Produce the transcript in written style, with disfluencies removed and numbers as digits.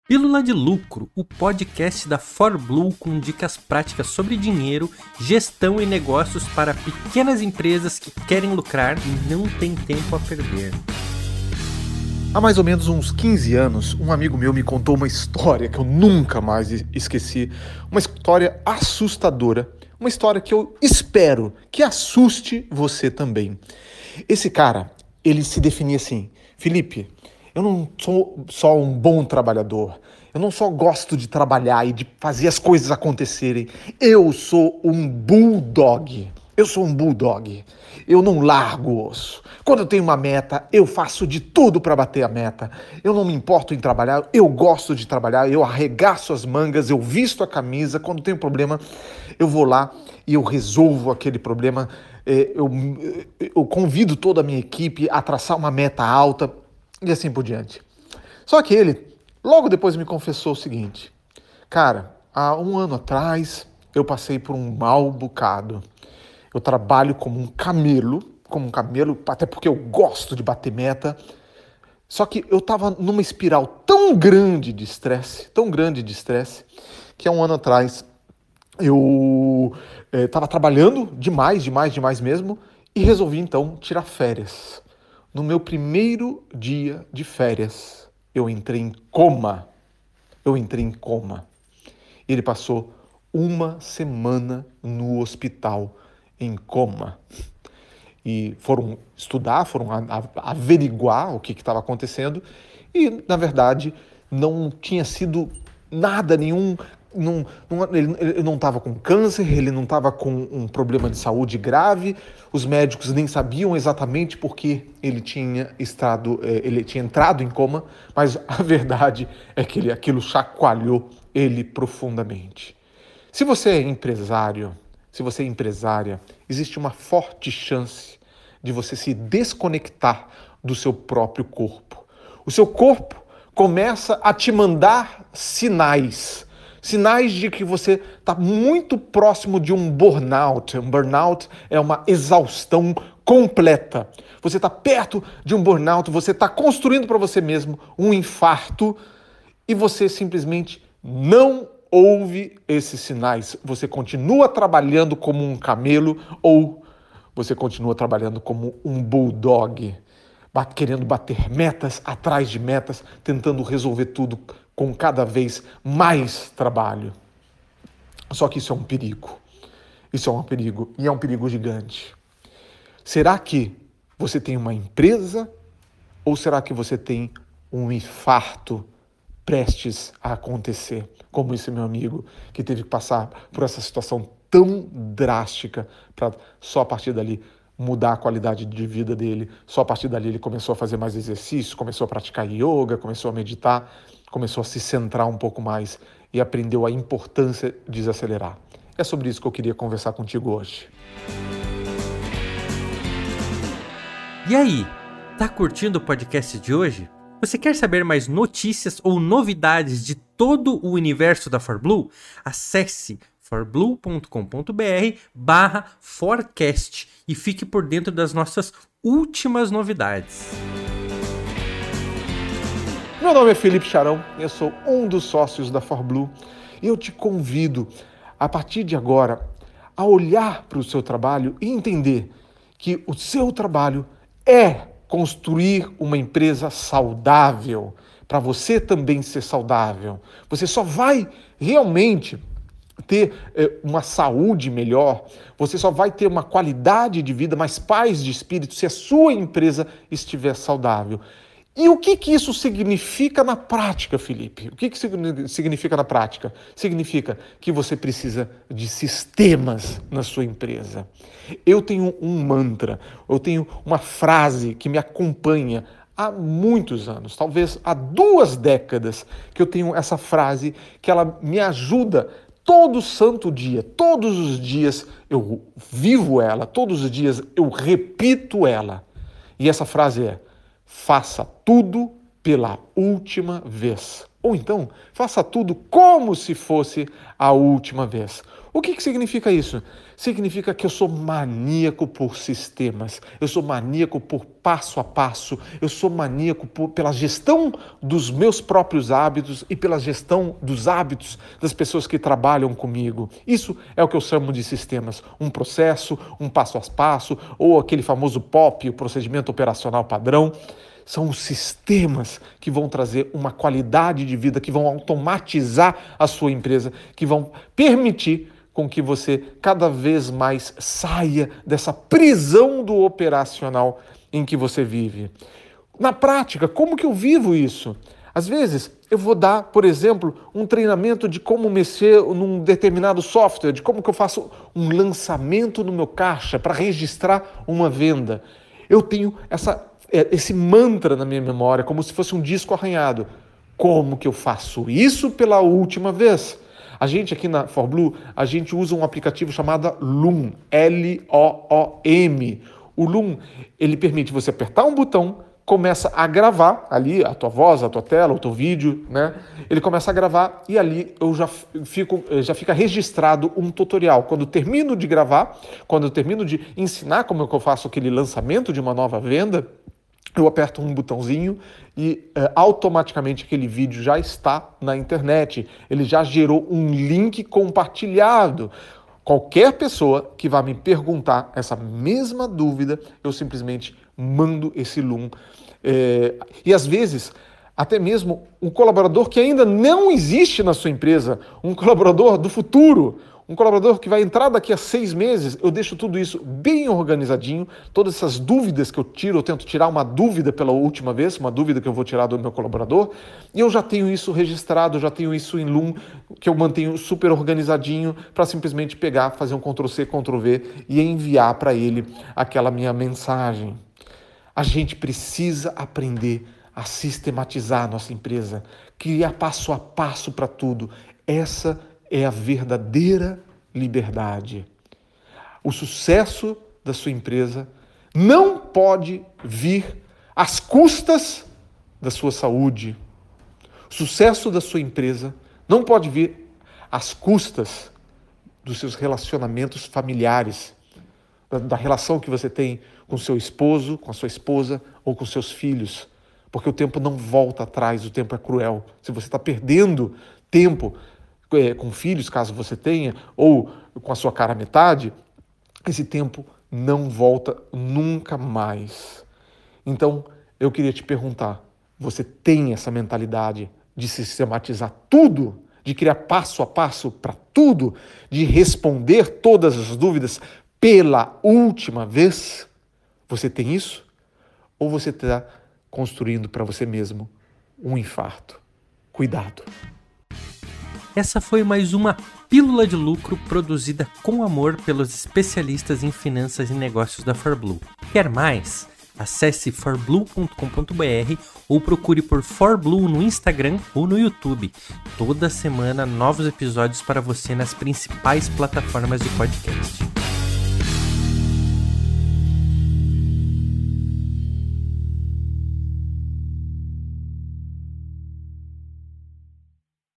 Pílula de Lucro, o podcast da ForBlue com dicas práticas sobre dinheiro, gestão e negócios para pequenas empresas que querem lucrar e não têm tempo a perder. Há mais ou menos uns 15 anos, um amigo meu me contou uma história que eu nunca mais esqueci. Uma história assustadora. Uma história que eu espero que assuste você também. Esse cara, ele se definia assim: Felipe, eu não sou só um bom trabalhador. Eu não só gosto de trabalhar e de fazer as coisas acontecerem. Eu sou um bulldog. Eu sou um bulldog. Eu não largo o osso. Quando eu tenho uma meta, eu faço de tudo para bater a meta. Eu não me importo em trabalhar, eu gosto de trabalhar, eu arregaço as mangas, eu visto a camisa. Quando tem um problema, eu vou lá e eu resolvo aquele problema. Eu convido toda a minha equipe a traçar uma meta alta e assim por diante. Só que ele, logo depois, me confessou o seguinte: cara, há um ano atrás, eu passei por um mau bocado. Eu trabalho como um camelo, até porque eu gosto de bater meta. Só que eu estava numa espiral tão grande de estresse, que há um ano atrás eu estava trabalhando demais mesmo, e resolvi então tirar férias. No meu primeiro dia de férias, eu entrei em coma. Ele passou uma semana no hospital em coma. E foram estudar, foram averiguar o que estava acontecendo e, na verdade, não tinha sido nada nenhum. Ele não estava com câncer, ele não estava com um problema de saúde grave, os médicos nem sabiam exatamente por que ele tinha entrado em coma, mas a verdade é que aquilo chacoalhou ele profundamente. Se você é empresário, se você é empresária, existe uma forte chance de você se desconectar do seu próprio corpo. O seu corpo começa a te mandar sinais de que você está muito próximo de um burnout. Um burnout é uma exaustão completa. Você está perto de um burnout, você está construindo para você mesmo um infarto e você simplesmente não ouve esses sinais. Você continua trabalhando como um camelo ou você continua trabalhando como um bulldog, querendo bater metas atrás de metas, tentando resolver tudo com cada vez mais trabalho. Só que isso é um perigo. Isso é um perigo e é um perigo gigante. Será que você tem uma empresa ou será que você tem um infarto prestes a acontecer, como esse meu amigo que teve que passar por essa situação tão drástica para só a partir dali mudar a qualidade de vida dele, só a partir dali ele começou a fazer mais exercícios, começou a praticar yoga, começou a meditar, começou a se centrar um pouco mais e aprendeu a importância de desacelerar. É sobre isso que eu queria conversar contigo hoje. E aí, tá curtindo o podcast de hoje? Você quer saber mais notícias ou novidades de todo o universo da ForBlue? Acesse forblue.com.br/forecast e fique por dentro das nossas últimas novidades. Meu nome é Felipe Charão, eu sou um dos sócios da ForBlue e eu te convido, a partir de agora, a olhar para o seu trabalho e entender que o seu trabalho é construir uma empresa saudável, para você também ser saudável. Você só vai realmente ter uma saúde melhor, você só vai ter uma qualidade de vida, mais paz de espírito, se a sua empresa estiver saudável. E o que isso significa na prática, Felipe? O que significa na prática? Significa que você precisa de sistemas na sua empresa. Eu tenho um mantra, eu tenho uma frase que me acompanha há muitos anos, talvez há 2 décadas, que eu tenho essa frase que ela me ajuda todo santo dia, todos os dias eu vivo ela, todos os dias eu repito ela. E essa frase é: faça tudo pela última vez. Ou então, faça tudo como se fosse a última vez. O que significa isso? Significa que eu sou maníaco por sistemas, eu sou maníaco por passo a passo, eu sou maníaco pela gestão dos meus próprios hábitos e pela gestão dos hábitos das pessoas que trabalham comigo. Isso é o que eu chamo de sistemas. Um processo, um passo a passo, ou aquele famoso POP, o procedimento operacional padrão. São os sistemas que vão trazer uma qualidade de vida, que vão automatizar a sua empresa, que vão permitir com que você cada vez mais saia dessa prisão do operacional em que você vive. Na prática, como que eu vivo isso? Às vezes, eu vou dar, por exemplo, um treinamento de como mexer num determinado software, de como que eu faço um lançamento no meu caixa para registrar uma venda. Eu tenho esse mantra na minha memória, como se fosse um disco arranhado. Como que eu faço isso pela última vez? A gente aqui na ForBlue, a gente usa um aplicativo chamado Loom, L-O-O-M. O Loom, ele permite você apertar um botão, começa a gravar ali a tua voz, a tua tela, o teu vídeo, né? Ele começa a gravar e ali já fica registrado um tutorial. Quando eu termino de gravar, quando eu termino de ensinar como é que eu faço aquele lançamento de uma nova venda, eu aperto um botãozinho e automaticamente aquele vídeo já está na internet. Ele já gerou um link compartilhado. Qualquer pessoa que vá me perguntar essa mesma dúvida, eu simplesmente mando esse Loom. E às vezes, até mesmo um colaborador que ainda não existe na sua empresa, um colaborador do futuro, um colaborador que vai entrar daqui a 6 meses, eu deixo tudo isso bem organizadinho, todas essas dúvidas que eu tiro, eu tento tirar uma dúvida pela última vez, uma dúvida que eu vou tirar do meu colaborador, e eu já tenho isso registrado, eu já tenho isso em Loom, que eu mantenho super organizadinho para simplesmente pegar, fazer um Ctrl+C, Ctrl+V e enviar para ele aquela minha mensagem. A gente precisa aprender a sistematizar a nossa empresa, criar passo a passo para tudo. Essa é a verdadeira liberdade. O sucesso da sua empresa não pode vir às custas da sua saúde. O sucesso da sua empresa não pode vir às custas dos seus relacionamentos familiares, da relação que você tem com seu esposo, com a sua esposa ou com seus filhos. Porque o tempo não volta atrás, o tempo é cruel. Se você está perdendo tempo com filhos, caso você tenha, ou com a sua cara metade, esse tempo não volta nunca mais. Então, eu queria te perguntar, você tem essa mentalidade de sistematizar tudo, de criar passo a passo para tudo, de responder todas as dúvidas pela última vez? Você tem isso? Ou você está construindo para você mesmo um infarto? Cuidado! Essa foi mais uma pílula de lucro produzida com amor pelos especialistas em finanças e negócios da ForBlue. Quer mais? Acesse forblue.com.br ou procure por ForBlue no Instagram ou no YouTube. Toda semana novos episódios para você nas principais plataformas de podcast.